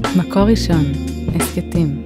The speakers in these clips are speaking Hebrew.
מקור ראשון, הסקטים.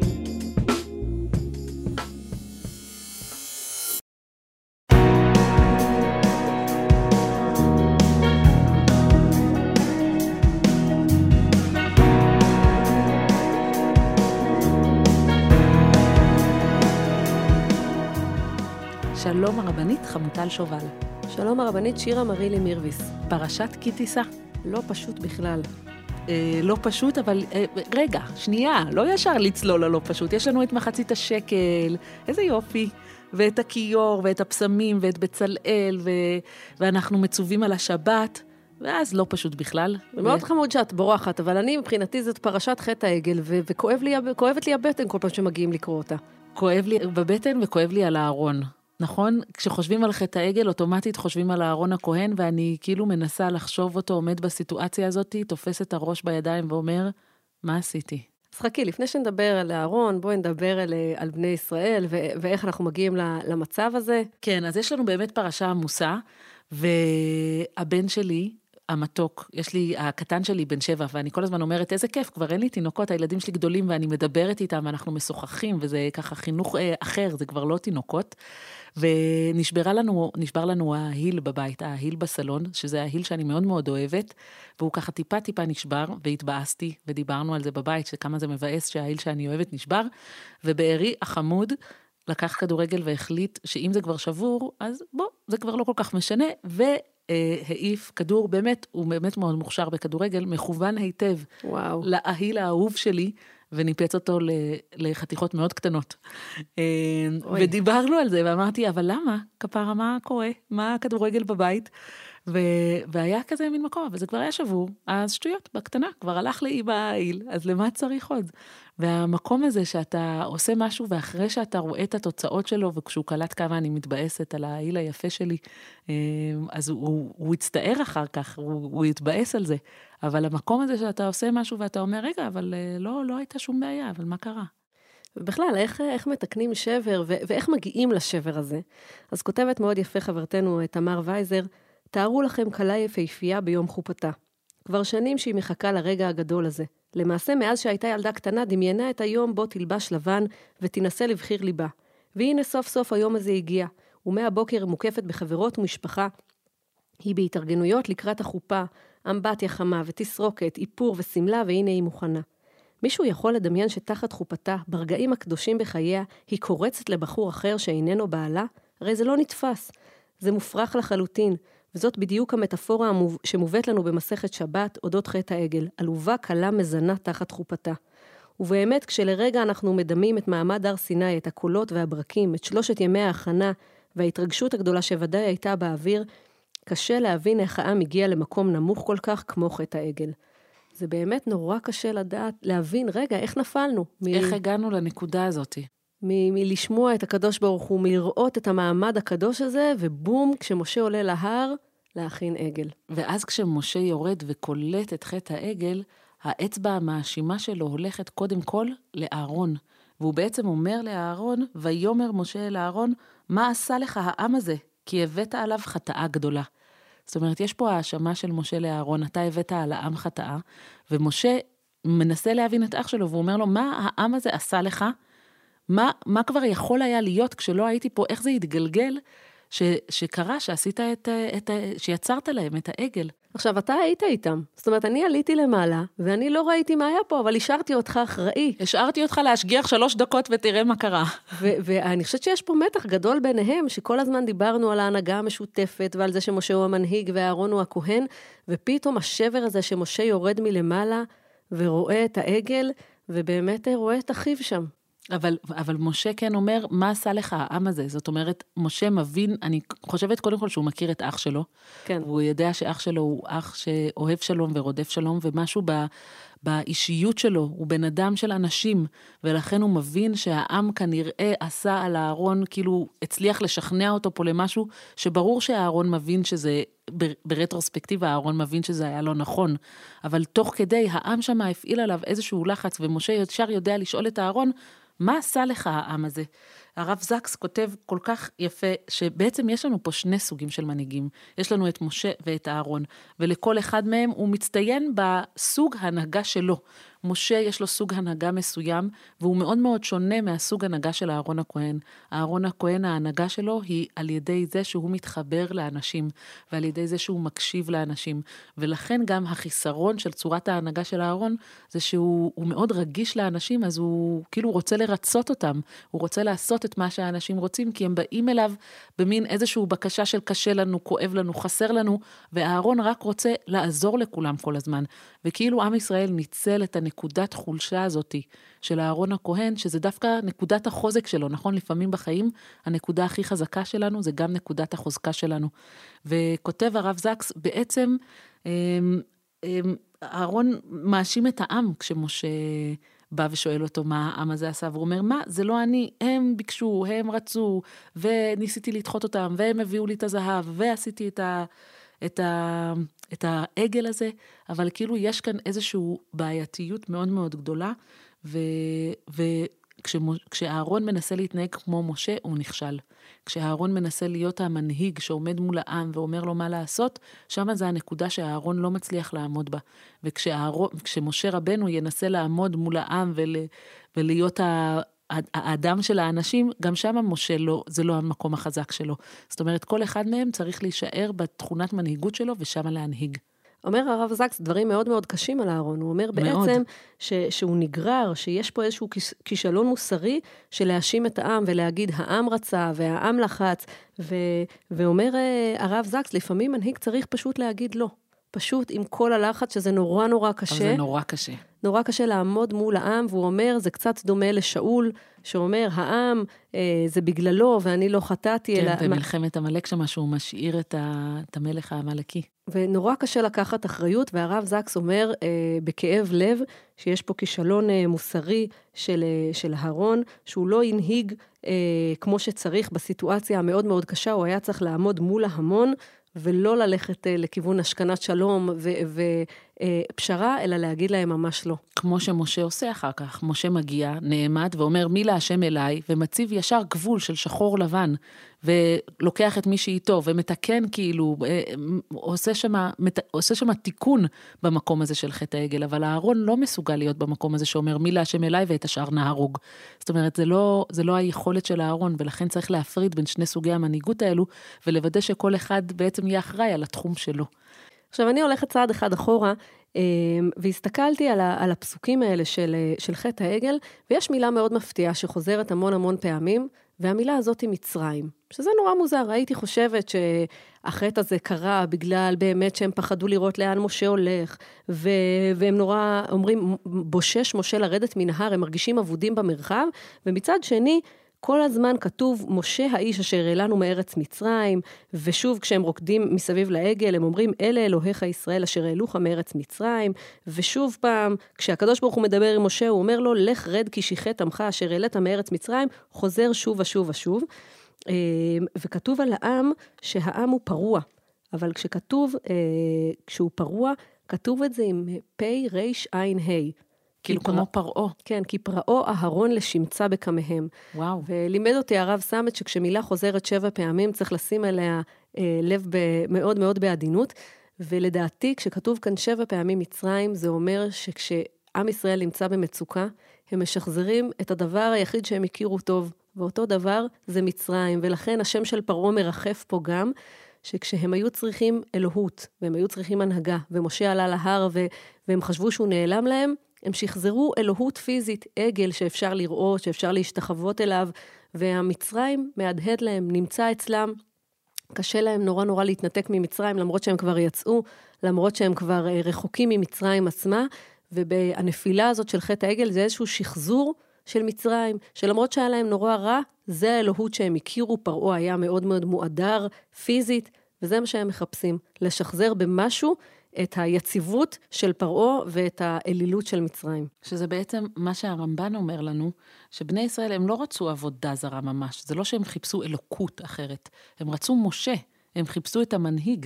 שלום הרבנית חמוטל שובל. שלום הרבנית שירה מרילי מירביס. פרשת כי תישא. לא פשוט בכלל. לא פשוט, אבל רגע, שנייה, לא ישר לצלול ללא פשוט. יש לנו את מחצית השקל, איזה יופי, ואת הכיור, ואת הפסמים, ואת בצלאל, ואנחנו מצווים על השבת, ואז לא פשוט בכלל. מאוד חמוד שאת בורחת, אבל אני מבחינתי זאת פרשת חטא העגל, וכואבת לי הבטן כל פעם שמגיעים לקרוא אותה. כואב לי בבטן וכואב לי על הארון. נכון? כשחושבים על חטא העגל, אוטומטית חושבים על הארון הכהן, ואני כאילו מנסה לחשוב אותו, עומד בסיטואציה הזאת, תופס את הראש בידיים ואומר, מה עשיתי? אז חכי, לפני שנדבר על הארון, בואי נדבר על בני ישראל, ואיך אנחנו מגיעים למצב הזה. כן, אז יש לנו באמת פרשה עמוסה, והבן שלי, המתוק, הקטן שלי בן 7, ואני כל הזמן אומרת, איזה כיף, כבר אין לי תינוקות, הילדים שלי גדולים, ואני מדברת איתם, ואנחנו משוחחים, וזה ככה חינוך אחר, זה כבר לא תינוקות, ונשבר לנו ההיל בבית, ההיל בסלון, שזה ההיל שאני מאוד מאוד אוהבת, והוא ככה טיפה נשבר, והתבאסתי, ודיברנו על זה בבית, שכמה זה מבאס שההיל שאני אוהבת נשבר, ובערי החמוד לקח כדורגל והחליט שאם זה כבר שבור, אז בוא, זה כבר לא כל כך משנה, העיף כדור, באמת, הוא באמת מאוד מוכשר בכדורגל, מכוון היטב להיל האהוב שלי, וניפץ אותו לחתיכות מאוד קטנות. ודיברנו על זה, ואמרתי, אבל למה? כפרה, מה קורה? מה הכדורגל בבית? והיה כזה מין מקום, אבל זה כבר היה שבור, אז שטויות, בקטנה, כבר הלך לאיבא ההיל, אז למה צריך עוד? והמקום הזה שאתה עושה משהו, ואחרי שאתה רואה את התוצאות שלו, וכשהוא קלט כמה אני מתבאסת על ההיל היפה שלי, אז הוא יצטער אחר כך, הוא יתבאס על זה, אבל המקום הזה שאתה עושה משהו, ואתה אומר, רגע, אבל לא הייתה שום בעיה, אבל מה קרה? ובכלל, איך מתקנים שבר, ואיך מגיעים לשבר הזה? אז כותבת מאוד יפה חברתנו, תמר וייזר, תארו לכם כלה יפהפייה ביום חופתה. כבר שנים שהיא מחכה לרגע הגדול הזה. למעשה, מאז שהייתה ילדה קטנה, דמיינה את היום בו תלבש לבן ותנסה לבחיר ליבה. והנה סוף סוף היום הזה הגיע, ומהבוקר מוקפת בחברות ומשפחה. היא בהתארגנויות לקראת החופה, אמבטיה חמה ותסרוקת, איפור וסמלה, והנה היא מוכנה. מישהו יכול לדמיין שתחת חופתה, ברגעים הקדושים בחייה, היא קורצת לבחור אחר שאיננו בעלה? הרי זה לא נתפס. זה מופרך לחלוטין. וזאת בדיוק המטאפורה שמובאת לנו במסכת שבת, אודות חטא העגל, עלובה קלה מזנה תחת חופתה. ובאמת, כשלרגע אנחנו מדמים את מעמד הר סיני, את הקולות והברקים, את 3 ימי ההכנה, וההתרגשות הגדולה שוודאי הייתה באוויר, קשה להבין איך העם הגיע למקום נמוך כל כך כמו חטא העגל. זה באמת נורא קשה להבין, רגע, איך נפלנו? איך הגענו לנקודה הזאת? מלשמוע את הקדוש ברוך הוא, מלראות את המעמד הקדוש הזה, ובום, כשמשה עולה להר, להכין עגל. ואז כשמשה יורד וקולט את חטא העגל, האצבע המאשימה שלו הולכת קודם כל לאהרון. והוא בעצם אומר לאהרון, ויאמר משה אל אהרון, מה עשה לך העם הזה? כי הבאת עליו חטאה גדולה. זאת אומרת, יש פה האשמה של משה לאהרון, אתה הבאת על העם חטאה, ומשה מנסה להבין את אח שלו, והוא אומר לו, מה העם הזה עשה לך? מה כבר יכול היה להיות כשלא הייתי פה, איך זה יתגלגל שקרה, שעשית שיצרת להם את העגל. עכשיו, אתה היית איתם. זאת אומרת, אני עליתי למעלה, ואני לא ראיתי מה היה פה, אבל השארתי אותך אחראי. השארתי אותך להשגיח 3 דקות ותראה מה קרה. ואני חושבת שיש פה מתח גדול ביניהם, שכל הזמן דיברנו על ההנהגה המשותפת, ועל זה שמשה הוא המנהיג ואהרון הוא הכהן, ופתאום השבר הזה שמשה יורד מלמעלה, ורואה את העגל, ובאמת רואה את אחיו שם. אבל משה כן אומר, מה עשה לך העם הזה? זאת אומרת, משה מבין, אני חושבת קודם כל שהוא מכיר את אח שלו, כן. והוא יודע שאח שלו הוא אח שאוהב שלום ורודף שלום, ומשהו באישיות שלו, הוא בן אדם של אנשים, ולכן הוא מבין שהעם כנראה עשה על הארון, כאילו הצליח לשכנע אותו פה למשהו, שברור שהארון מבין שזה, ברטרוספקטיבה הארון מבין שזה היה לא נכון, אבל תוך כדי העם שם הפעיל עליו איזשהו לחץ, ומשה ישר יודע לשאול את הארון, מה עשה לך העם הזה? הרב זקס כותב כל כך יפה, שבעצם יש לנו פה 2 סוגים של מנהיגים. יש לנו את משה ואת אהרון, ולכל אחד מהם הוא מצטיין בסוג ההנהגה שלו. משה יש לו סוג הנהגה מסוים, והוא מאוד מאוד שונה מהסוג הנהגה של אהרון הכהן. אהרון הכהן, ההנהגה שלו היא על ידי זה שהוא מתחבר לאנשים, ועל ידי זה שהוא מקשיב לאנשים. ולכן גם החיסרון של צורת ההנהגה של אהרון, זה שהוא מאוד רגיש לאנשים, אז הוא כאילו רוצה לרצות אותם. הוא רוצה לעשות את מה שהאנשים רוצים, כי הם באים אליו במין איזשהו בקשה של קשה לנו, כואב לנו, חסר לנו, ואהרון רק רוצה לעזור לכולם כל הזמן. וכאילו עם ישראל ניצל את הנקודת חולשה הזאת של אהרון הכהן, שזה דווקא נקודת החוזק שלו, נכון? לפעמים בחיים, הנקודה הכי חזקה שלנו, זה גם נקודת החוזקה שלנו. וכותב הרב זקס, בעצם, אהרון מאשים את העם, כשמשה בא ושואל אותו מה העם הזה עשה, והוא אומר, מה? זה לא אני, הם ביקשו, הם רצו, וניסיתי לדחות אותם, והם הביאו לי את הזהב, ועשיתי את העגל הזה, אבל כאילו יש כאן איזושהי בעייתיות מאוד מאוד גדולה, וכשאהרון מנסה להתנהג כמו משה, הוא נכשל. כשאהרון מנסה להיות המנהיג שעומד מול העם ואומר לו מה לעשות, שם זה הנקודה שאהרון לא מצליח לעמוד בה. וכשמשה רבנו ינסה לעמוד מול העם ולהיות האדם של האנשים, גם שם משה לא, זה לא המקום החזק שלו. זאת אומרת, כל אחד מהם צריך להישאר בתכונת מנהיגות שלו ושם להנהיג. אומר הרב זקס דברים מאוד מאוד קשים על אהרון, הוא אומר בעצם שהוא נגרר, שיש פה איזשהו כישלון מוסרי של להאשים את העם ולהגיד העם רצה והעם לחץ, ואומר הרב זקס, לפעמים מנהיג צריך פשוט להגיד לא, פשוט עם כל הלחץ שזה נורא נורא קשה. אבל זה נורא קשה. נורא קשה לעמוד מול העם, והוא אומר, זה קצת דומה לשאול, שאומר, העם זה בגללו ואני לא חטאתי. כן, במלחמת המלך שמה שהוא משאיר את המלך המלכי. ונורא קשה לקחת אחריות, והרב זקס אומר בכאב לב, שיש פה כישלון מוסרי של אהרון, שהוא לא ינהיג כמו שצריך בסיטואציה המאוד מאוד קשה, הוא היה צריך לעמוד מול ההמון, ולא ללכת לכיוון השכנת שלום ופשרה, אלא להגיד להם ממש לא. כמו שמשה עושה אחר כך, משה מגיע, נעמד ואומר מי להשם אליי, ומציב ישר גבול של שחור לבן, ולוקח את מי שאיתו, ומתקן כאילו, עושה שמה תיקון במקום הזה של חטא העגל, אבל אהרון לא מסוגל להיות במקום הזה שאומר מי להשם אליי ואת השאר נהרוג. זאת אומרת, זה לא היכולת של אהרון, ולכן צריך להפריד בין שני סוגי המנהיגות האלו, ולוודא שכל אחד בעצם יהיה אחראי על התחום שלו. עכשיו אני הולכת צעד אחד אחורה, והסתכלתי על הפסוקים האלה של חטא העגל, ויש מילה מאוד מפתיעה שחוזרת המון פעמים, והמילה הזאת היא מצרים, שזה נורא מוזר. הייתי חושבת שהחטא הזה קרה בגלל באמת שהם פחדו לראות לאן משה הולך, והם נורא אומרים, בושש משה לרדת מן ההר, הם מרגישים אבודים במרחב, ומצד שני, כל הזמן כתוב, משה האיש אשר העלנו מארץ מצרים, ושוב כשהם רוקדים מסביב לעגל, הם אומרים, אלה אלוהיך ישראל אשר העלוך מארץ מצרים, ושוב פעם, כשהקדוש ברוך הוא מדבר עם משה, הוא אומר לו, לך רד כי שיחת עמך אשר העלת מארץ מצרים, חוזר שוב ושוב. וכתוב על העם, שהעם הוא פרוע, אבל כשהוא פרוע, כתוב את זה עם פי ריש עין ה'. כאילו כמו פרעו. כן, כי פרעו אהרון לשמצה בקמיהם. וואו. ולימד אותי הרב סמת שכשמילה חוזרת 7 פעמים, צריך לשים אליה לב מאוד מאוד בעדינות, ולדעתי כשכתוב כאן 7 פעמים מצרים, זה אומר שכשעם ישראל נמצא במצוקה, הם משחזרים את הדבר היחיד שהם הכירו טוב, ואותו דבר זה מצרים, ולכן השם של פרעו מרחף פה גם, שכשהם היו צריכים אלוהות, והם היו צריכים הנהגה, ומשה עלה להר והם חשבו שהוא נעלם להם, הם שחזרו אלוהות פיזית, עגל שאפשר לראות, שאפשר להשתחוות אליו, והמצרים מהדהד להם, נמצא אצלם, קשה להם נורא להתנתק ממצרים, למרות שהם כבר יצאו, למרות שהם כבר רחוקים ממצרים עצמה, ובנפילה הזאת של חטא העגל זה איזשהו שחזור של מצרים, שלמרות שהיה להם נורא רע, זה האלוהות שהם הכירו, פרעו היה מאוד מאוד מועדר, פיזית, וזה מה שהם מחפשים, לשחזר במשהו, את היציבות של פרעו ואת האלילות של מצרים. שזה בעצם מה שהרמב"ן אומר לנו, שבני ישראל הם לא רצו עבודה זרה ממש, זה לא שהם חיפשו אלוקות אחרת, הם רצו משה, הם חיפשו את המנהיג,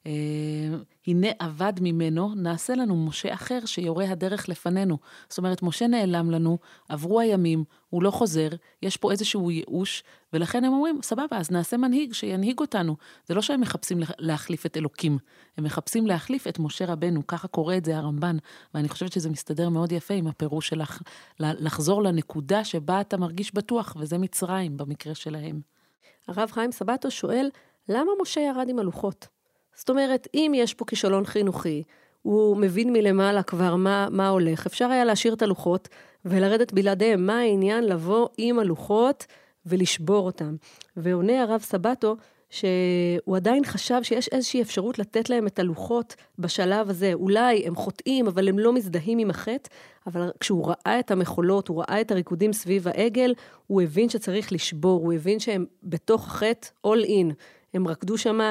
הנה עבד ממנו, נעשה לנו משה אחר שיורה הדרך לפנינו. זאת אומרת, משה נעלם לנו, עברו הימים, הוא לא חוזר, יש פה איזשהו ייאוש, ולכן הם אומרים, סבבה, אז נעשה מנהיג שינהיג אותנו. זה לא שהם מחפשים להחליף את אלוקים, הם מחפשים להחליף את משה רבנו, ככה קורא את זה הרמב"ן, ואני חושבת שזה מסתדר מאוד יפה עם הפירוש שלך, לחזור לנקודה שבה אתה מרגיש בטוח, וזה מצרים במקרה שלהם. הרב חיים סבתו שואל, למה משה ירד עם הלוחות? זאת אומרת, אם יש פה כישלון חינוכי, הוא מבין מלמעלה כבר מה הולך, אפשר היה להשאיר את הלוחות ולרדת בלעדיהם. מה העניין לבוא עם הלוחות ולשבור אותם? ועונה הרב סבתו שהוא עדיין חשב שיש איזושהי אפשרות לתת להם את הלוחות בשלב הזה. אולי הם חוטאים, אבל הם לא מזדהים עם החטא, אבל כשהוא ראה את המחולות, הוא ראה את הריקודים סביב העגל, הוא הבין שצריך לשבור, הוא הבין שהם בתוך החטא all in. הם רקדו שמה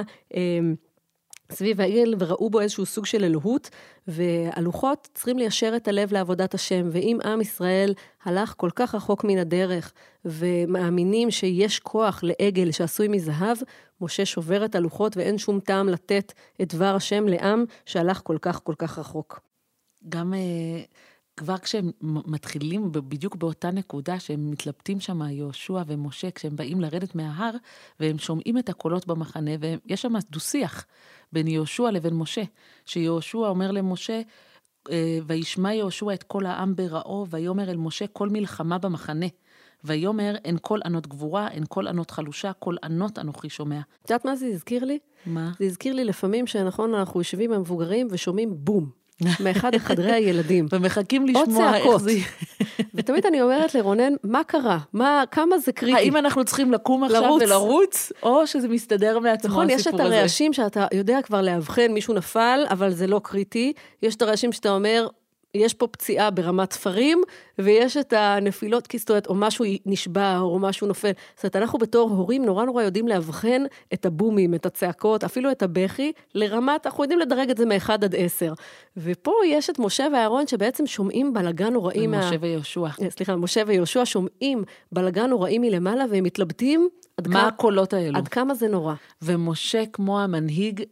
סביב העגל וראו בו איזשהו סוג של אלוהות, והלוחות צריכים ליישר את הלב לעבודת השם, ואם עם ישראל הלך כל כך רחוק מן הדרך, ומאמינים שיש כוח לעגל שעשוי מזהב, משה שובר את הלוחות ואין שום טעם לתת את דבר השם לעם שהלך כל כך רחוק. גם כבר כשהם מתחילים בדיוק באותה נקודה, שהם מתלבטים שם, יהושע ומשה, כשהם באים לרדת מההר, והם שומעים את הקולות במחנה, ויש שם דו-שיח בין יהושע לבין משה, שיהושע אומר למשה, וישמע יהושע את כל העם בראו, ויאמר אל משה כל מלחמה במחנה, ויאמר אין כל ענות גבורה, אין כל ענות חלושה, כל ענות אנוכי שומע. את יודעת מה זה הזכיר לי? מה? זה הזכיר לי לפעמים שנכון, אנחנו יושבים המבוגרים ושומעים בום. מאחד החדרי הילדים. ומחכים לשמוע איך זה... ותמיד אני אומרת לרונן, מה קרה? כמה זה קריטי? האם אנחנו צריכים לקום עכשיו ולרוץ, או שזה מסתדר מעצמו נכון, הסיפור הזה? יש את הרעשים שאתה יודע כבר להבחן, מישהו נפל, אבל זה לא קריטי. יש את הרעשים שאתה אומר, יש פה פציעה ברמת ספרים, ויש את הנפילות כסתות, או משהו נשבע, או משהו נופל. זאת אומרת, אנחנו בתור הורים נורא יודעים להבחן את הבומים, את הצעקות, אפילו את הבכי, לרמת, אנחנו יודעים לדרג את זה מ-1 עד 10. ופה יש את משה ואהרון, שבעצם שומעים בלגן נוראי משה ויהושע. סליחה, משה ויהושע שומעים בלגן נוראי מלמעלה, והם מתלבטים מה הקולות האלו? עד כמה זה נורא. ומשה, כמו המנהיג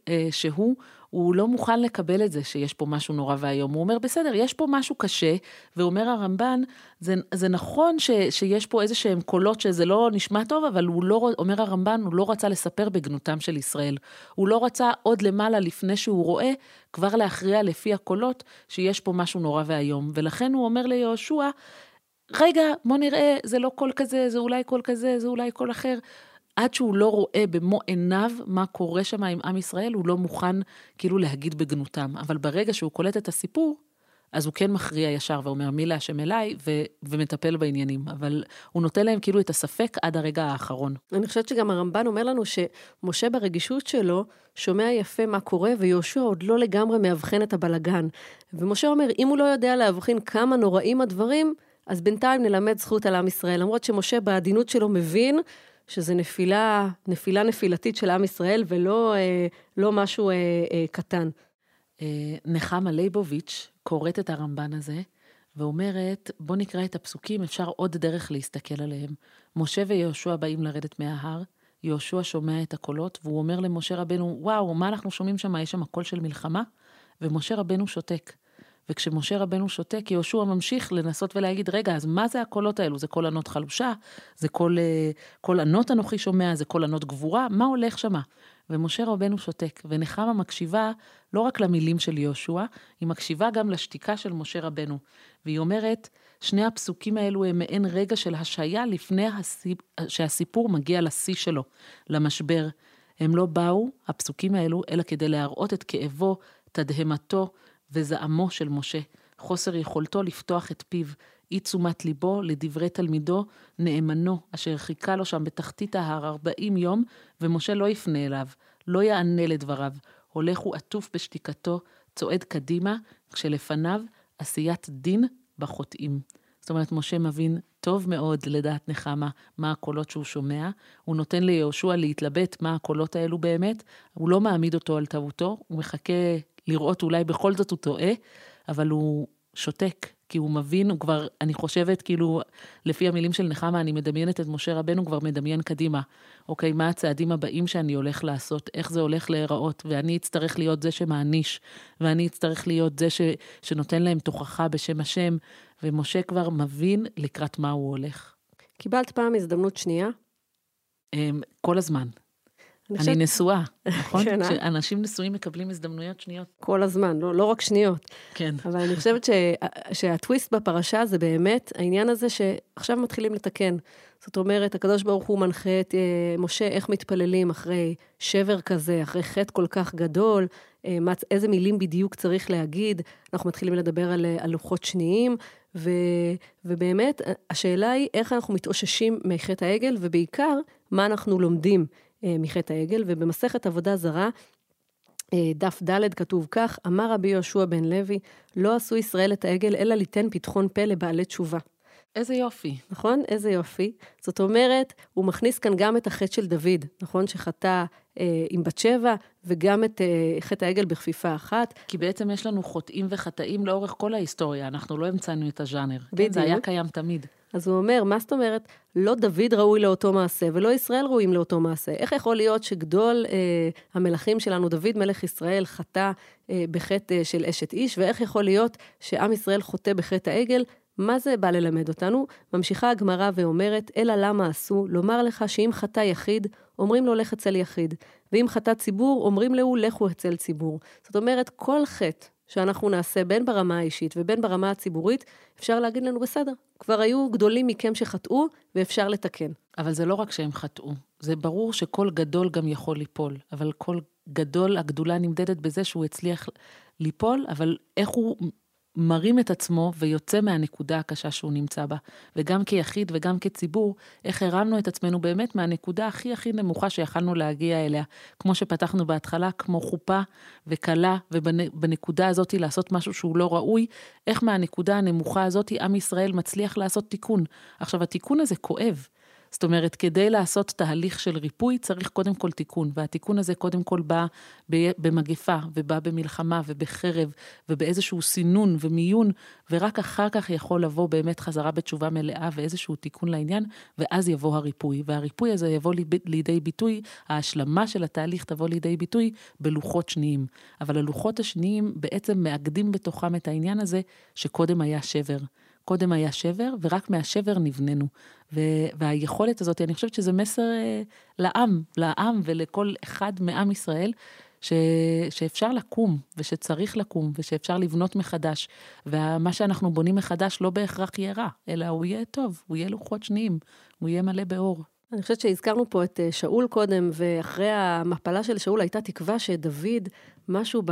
הוא לא מוכן לקבל את זה שיש פה משהו נורא והיום. הוא אומר, בסדר, יש פה משהו קשה, ואומר הרמב"ן, זה נכון שיש פה איזה שהם קולות שזה לא נשמע טוב, אבל הוא לא, אומר הרמב"ן, הוא לא רצה לספר בגנותם של ישראל. הוא לא רצה עוד למעלה לפני שהוא רואה, כבר להכריע לפי הקולות, שיש פה משהו נורא והיום. ולכן הוא אומר ליהושע, רגע, בוא נראה, זה לא קול כזה, זה אולי קול כזה, זה אולי קול אחר. עד שהוא לא רואה במו עיניו מה קורה שם עם עם ישראל, הוא לא מוכן כאילו להגיד בגנותם. אבל ברגע שהוא קולט את הסיפור, אז הוא כן מכריע ישר ואומר מי להשם אליי ומטפל בעניינים. אבל הוא נותן להם כאילו את הספק עד הרגע האחרון. אני חושבת שגם הרמב"ן אומר לנו שמשה ברגישות שלו שומע יפה מה קורה, ויהושע עוד לא לגמרי מאבחן את הבלגן. ומשה אומר, אם הוא לא יודע להבחין כמה נוראים הדברים, אז בינתיים נלמד זכות על עם ישראל. למרות שמשה בעדינות שלו מבין שזה נפילתית של עם ישראל, ולא לא משהו קטן. נחמה ליבוביץ' קוראת את הרמב"ן הזה, ואומרת, בוא נקרא את הפסוקים, אפשר עוד דרך להסתכל עליהם. משה ויהושע באים לרדת מההר, יהושע שומע את הקולות, והוא אומר למשה רבנו, וואו, מה אנחנו שומעים שם? יש שם קול של מלחמה, ומשה רבנו שותק. וכשמשה רבנו שותק, יהושע ממשיך לנסות ולהגיד, רגע, אז מה זה הקולות האלו? זה קול ענות חלושה? זה קול ענות אנוכי שומע? זה קול ענות גבורה? מה הולך שמה? ומשה רבנו שותק, ונחמה מקשיבה לא רק למילים של יהושע, היא מקשיבה גם לשתיקה של משה רבנו. והיא אומרת, שני הפסוקים האלו הם מעין רגע של השעיה לפני שהסיפור מגיע לשיא שלו, למשבר. הם לא באו, הפסוקים האלו, אלא כדי להראות את כאבו, תדהמתו, וזעמו של משה, חוסר יכולתו לפתוח את פיו, אי תשומת ליבו לדברי תלמידו, נאמנו, אשר חיכה לו שם בתחתית ההר 40 יום, ומשה לא יפנה אליו, לא יענה לדבריו, הולך הוא עטוף בשתיקתו, צועד קדימה, כשלפניו עשיית דין בחוטאים. זאת אומרת, משה מבין טוב מאוד לדעת נחמה מה הקולות שהוא שומע, הוא נותן ליהושע להתלבט מה הקולות האלו באמת, הוא לא מעמיד אותו על טעותו, הוא מחכה לראות אולי בכל זאת הוא טועה, אבל הוא שותק, כי הוא מבין, הוא כבר, אני חושבת, כאילו, לפי המילים של נחמה, אני מדמיינת את משה רבנו, כבר מדמיין קדימה. אוקיי, מה הצעדים הבאים שאני הולך לעשות, איך זה הולך להיראות, ואני אצטרך להיות זה שמעניש, ואני אצטרך להיות זה שנותן להם תוכחה בשם השם, ומשה כבר מבין לקראת מה הוא הולך. קיבלת פעם הזדמנות שנייה? כל הזמן. אני נשואה, נכון? כשאנשים נשואים מקבלים הזדמנויות שניות. כל הזמן, לא רק שניות. כן. אבל אני חושבת שהטוויסט בפרשה זה באמת העניין הזה שעכשיו מתחילים לתקן. זאת אומרת, הקדוש ברוך הוא מנחה את משה איך מתפללים אחרי שבר כזה, אחרי חטא כל כך גדול, איזה מילים בדיוק צריך להגיד. אנחנו מתחילים לדבר על לוחות שניים, ובאמת השאלה היא איך אנחנו מתאוששים מחטא העגל, ובעיקר מה אנחנו לומדים מחטא העגל, ובמסכת עבודה זרה, דף ד' כתוב כך, אמר רבי יהושע בן לוי, לא עשו ישראל את העגל, אלא ליתן פתחון פה לבעלי תשובה. איזה יופי. נכון? איזה יופי. זאת אומרת, הוא מכניס כאן גם את החטא של דוד, נכון? שחטא עם בת שבע, וגם את חטא העגל בכפיפה אחת. כי בעצם יש לנו חוטאים וחטאים לאורך כל ההיסטוריה, אנחנו לא המצאנו את הז'אנר. בדיוק. כן, זה היה קיים תמיד. אז הוא אומר, מה זאת אומרת? לא דוד ראוי לאותו מעשה, ולא ישראל ראויים לאותו מעשה. איך יכול להיות שגדול המלכים שלנו, דוד מלך ישראל, חטא בחטא של אשת איש, ואיך יכול להיות שעם ישראל חוטא בחטא העגל? מה זה בא ללמד אותנו? ממשיכה הגמרא ואומרת, אלא למה עשו? לומר לך שאם חטא יחיד, אומרים לו לך אצל יחיד, ואם חטא ציבור, אומרים לו לכו אצל ציבור. זאת אומרת, כל חטא שאנחנו נעשה בין ברמה האישית ובין ברמה הציבורית, אפשר להגיד לנו בסדר. כבר היו גדולים מכם שחטאו, ואפשר לתקן. אבל זה לא רק שהם חטאו. זה ברור שכל גדול גם יכול ליפול, אבל כל גדול, הגדולה נמדדת בזה שהוא הצליח ליפול, אבל איך הוא מרים את עצמו ויוצא מהנקודה הקשה שהוא נמצא בה. וגם כיחיד וגם כציבור, איך הרמנו את עצמנו באמת מהנקודה הכי נמוכה שיכלנו להגיע אליה. כמו שפתחנו בהתחלה, כמו חופה וקלה, ובנקודה הזאת לעשות משהו שהוא לא ראוי, איך מהנקודה הנמוכה הזאת עם ישראל מצליח לעשות תיקון. עכשיו, התיקון הזה כואב. זאת אומרת, כדי לעשות תהליך של ריפוי, צריך קודם כל תיקון, והתיקון הזה קודם כל בא במגפה, ובא במלחמה, ובחרב, ובאיזשהו סינון ומיון, ורק אחר כך יכול לבוא באמת חזרה בתשובה מלאה, ואיזשהו תיקון לעניין, ואז יבוא הריפוי, והריפוי הזה יבוא לידי ביטוי, ההשלמה של התהליך תבוא לידי ביטוי, בלוחות שניים. אבל הלוחות השניים בעצם מאגדים בתוכם את העניין הזה, שקודם היה שבר. קודם היה שבר, ורק מהשבר נבננו. והיכולת הזאת, אני חושבת שזה מסר לעם ולכל אחד מעם ישראל, שאפשר לקום, ושצריך לקום, ושאפשר לבנות מחדש. ומה שאנחנו בונים מחדש לא בהכרח יהיה רע, אלא הוא יהיה טוב, הוא יהיה לוחות שניים, הוא יהיה מלא באור. אני חושבת שהזכרנו פה את שאול קודם, ואחרי המפלה של שאול הייתה תקווה שדוד, משהו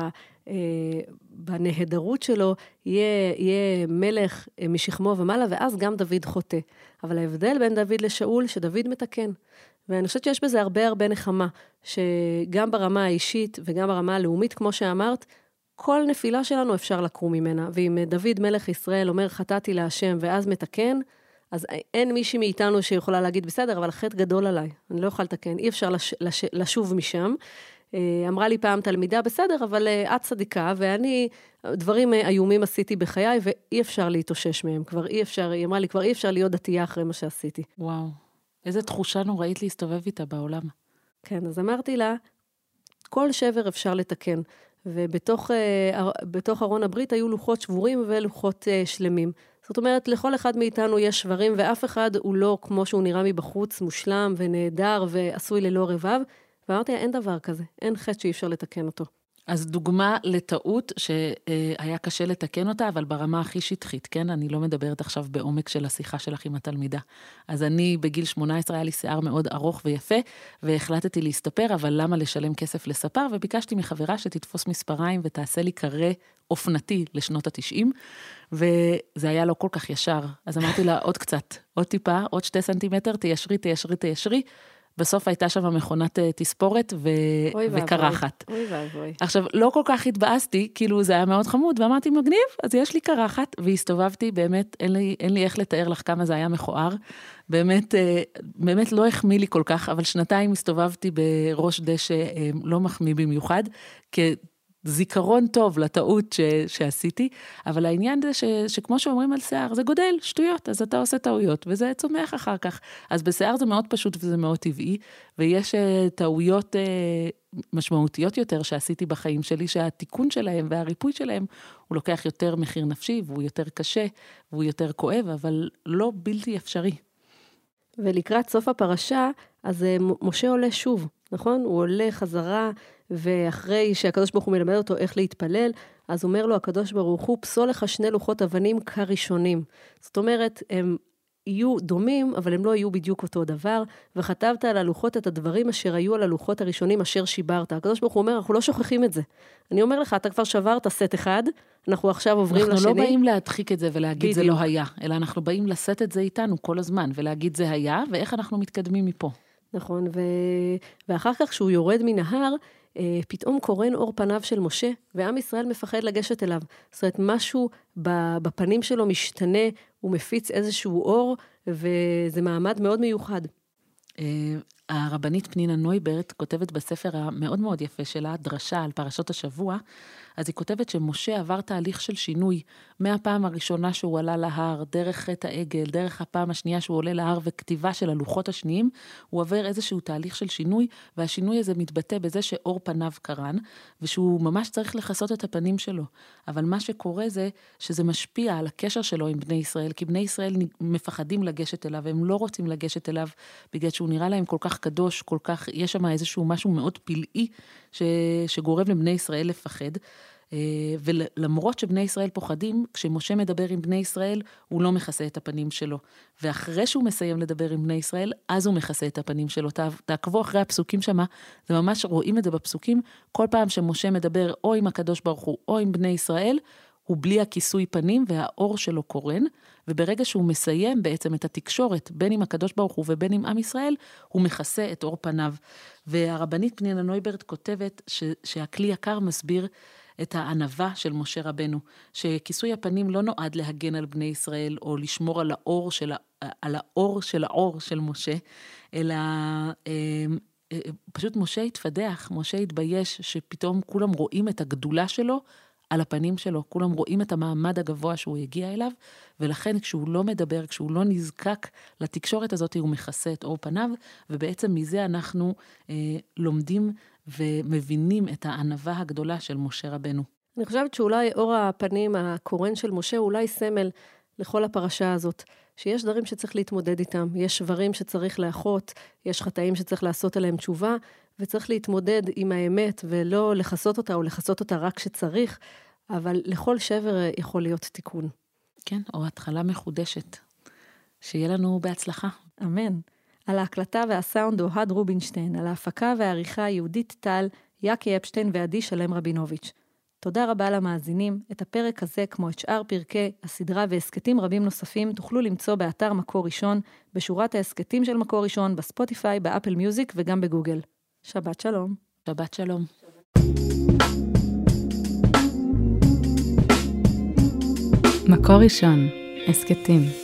בנהדרות שלו, יהיה מלך משכמו ומעלה, ואז גם דוד חוטא. אבל ההבדל בין דוד לשאול, שדוד מתקן. ואני חושבת שיש בזה הרבה נחמה, שגם ברמה האישית וגם ברמה הלאומית, כמו שאמרת, כל נפילה שלנו אפשר לקום ממנה. ואם דוד מלך ישראל אומר חטאתי להשם ואז מתקן, אז אין מישהי מאיתנו שיכולה להגיד, בסדר, אבל החטא גדול עליי, אני לא יכול לתקן, אי אפשר לשוב משם. אמרה לי פעם תלמידה, בסדר, אבל את צדיקה, ואני דברים איומים עשיתי בחיי, ואי אפשר להתאושש מהם, כבר אי אפשר, היא אמרה לי, כבר אי אפשר להיות דתייה אחרי מה שעשיתי. וואו, איזה תחושה נוראית להסתובב איתה בעולם. כן, אז אמרתי לה, כל שבר אפשר לתקן, ובתוך ארון הברית היו לוחות שבורים ולוחות שלמים. זאת אומרת, לכל אחד מאיתנו יש שברים, ואף אחד הוא לא כמו שהוא נראה מבחוץ, מושלם ונהדר ועשוי ללא רבב. ואמרתי, אין דבר כזה, אין חטא שאי אפשר לתקן אותו. אז דוגמה לטעות שהיה קשה לתקן אותה, אבל ברמה הכי שטחית, כן? אני לא מדברת עכשיו בעומק של השיחה שלך עם התלמידה. אז אני בגיל 18 היה לי שיער מאוד ארוך ויפה, והחלטתי להסתפר, אבל למה לשלם כסף לספר? וביקשתי מחברה שתתפוס מספריים ותעשה לי קרה אופנתי לשנות ה-90, וזה היה לא כל כך ישר. אז אמרתי לה, עוד קצת, עוד טיפה, עוד 2 סנטימטר, תיישרי. בסוף הייתה שם מכונת תספורת וקרחת. אוי ואבוי. עכשיו, לא כל כך התבאסתי, כאילו זה היה מאוד חמוד, ואמרתי, מגניב, אז יש לי קרחת, והסתובבתי, באמת, אין לי איך לתאר לך כמה זה היה מכוער, באמת לא החמיא לי כל כך, אבל 2 הסתובבתי בראש דשא לא מחמיא במיוחד, זיכרון טוב לטעות שעשיתי, אבל העניין זה שכמו שאומרים על שיער, זה גודל, שטויות, אז אתה עושה טעויות, וזה צומח אחר כך. אז בשיער זה מאוד פשוט וזה מאוד טבעי, ויש טעויות משמעותיות יותר שעשיתי בחיים שלי, שהתיקון שלהם והריפוי שלהם, הוא לוקח יותר מחיר נפשי, והוא יותר קשה, והוא יותר כואב, אבל לא בלתי אפשרי. ולקראת סוף הפרשה, אז משה עולה שוב, נכון? הוא עולה חזרה, ואחרי שהקדוש ברוך הוא מלמד אותו איך להתפלל, אז אומר לו הקדוש ברוך הוא, פסול לך 2 לוחות אבנים כראשונים. זאת אומרת, הם יהיו דומים, אבל הם לא יהיו בדיוק אותו דבר, וכתבת על הלוחות את הדברים אשר היו על הלוחות הראשונים אשר שיברת. הקדוש ברוך הוא אומר, אנחנו לא שוכחים את זה. אני אומר לך, אתה כבר שברת סט אחד, אנחנו עכשיו עוברים לשני. אנחנו לא באים להדחיק את זה ולהגיד זה לא היה, אלא אנחנו באים לשאת את זה איתנו כל הזמן, ולהגיד זה היה, ואיך אנחנו מתקדמים מפה. נכון, ואחר כך כשהוא יורד מנהר, פתאום קורן אור פניו של משה, ועם ישראל מפחד לגשת אליו. זאת אומרת, משהו בפנים שלו משתנה, הוא מפיץ איזשהו אור, וזה מעמד מאוד מיוחד. הרבנית פנינה נויברט כותבת בספר המאוד מאוד יפה שלה, דרשה על פרשות השבוע, אז היא כותבת שמשה עבר תהליך של שינוי, מהפעם הראשונה שהוא עלה להר, דרך חטא העגל, דרך הפעם השנייה שהוא עולה להר וכתיבה של הלוחות השניים, הוא עובר איזשהו תהליך של שינוי, והשינוי הזה מתבטא בזה שאור פניו קרן, ושהוא ממש צריך לחסות את הפנים שלו. אבל מה שקורה זה שזה משפיע על הקשר שלו עם בני ישראל, כי בני ישראל מפחדים לגשת אליו, הם לא רוצים לגשת אליו, בגלל שהוא נראה להם כל כך קדוש, כל כך, יש שם איזשהו משהו מאוד פלאי שגורם לבני ישראל לפחד, ולמרות שבני ישראל פוחדים, כשמשה מדבר עם בני ישראל, הוא לא מכסה את הפנים שלו. ואחרי שהוא מסיים לדבר עם בני ישראל, אז הוא מכסה את הפנים שלו. תעקבו אחרי הפסוקים שמה, זה ממש רואים את זה בפסוקים, כל פעם שמשה מדבר או עם הקדוש ברוך הוא או עם בני ישראל, הוא בלי הכיסוי פנים והאור שלו קורן, וברגע שהוא מסיים בעצם את התקשורת בין עם הקדוש ברוך הוא ובין עם עם ישראל, הוא מכסה את אור פניו. והרבנית פנינה נויברט כותבת שהכלי יקר מסביר את הענווה של משה רבנו, שכיסוי הפנים לא נועד להגן על בני ישראל, או לשמור על האור של משה, אלא פשוט משה התפדח, משה התבייש, שפתאום כולם רואים את הגדולה שלו, על הפנים שלו, כולם רואים את המעמד הגבוה שהוא הגיע אליו, ולכן כשהוא לא מדבר, כשהוא לא נזקק לתקשורת הזאת, הוא מכסה את אור פניו, ובעצם מזה אנחנו לומדים ומבינים את הענווה הגדולה של משה רבנו. אני חושבת שאולי אור הפנים הקורן של משה, אולי סמל לכל הפרשה הזאת, שיש דברים שצריך להתמודד איתם, יש שברים שצריך לאחות, יש חטאים שצריך לעשות עליהם תשובה, וצריך להתמודד עם האמת, ולא לחסות אותה או לחסות אותה רק שצריך, אבל לכל שבר יכול להיות תיקון. כן, או התחלה מחודשת. שיהיה לנו בהצלחה. אמן. על ההקלטה והסאונד אוהד רובינשטיין, על ההפקה והעריכה יהודית טל, יקי אפשטיין ועדי שלם רבינוביץ'. תודה רבה למאזינים. את הפרק הזה, כמו את שאר פרקי הסדרה והסקטים רבים נוספים, תוכלו למצוא באתר מקור ראשון, בשורת ההסקטים של מקור ראשון, בספוטיפיי, באפל מיוזיק וגם בגוגל. שבת שלום. שבת שלום. מקור ראשון, הסקטים.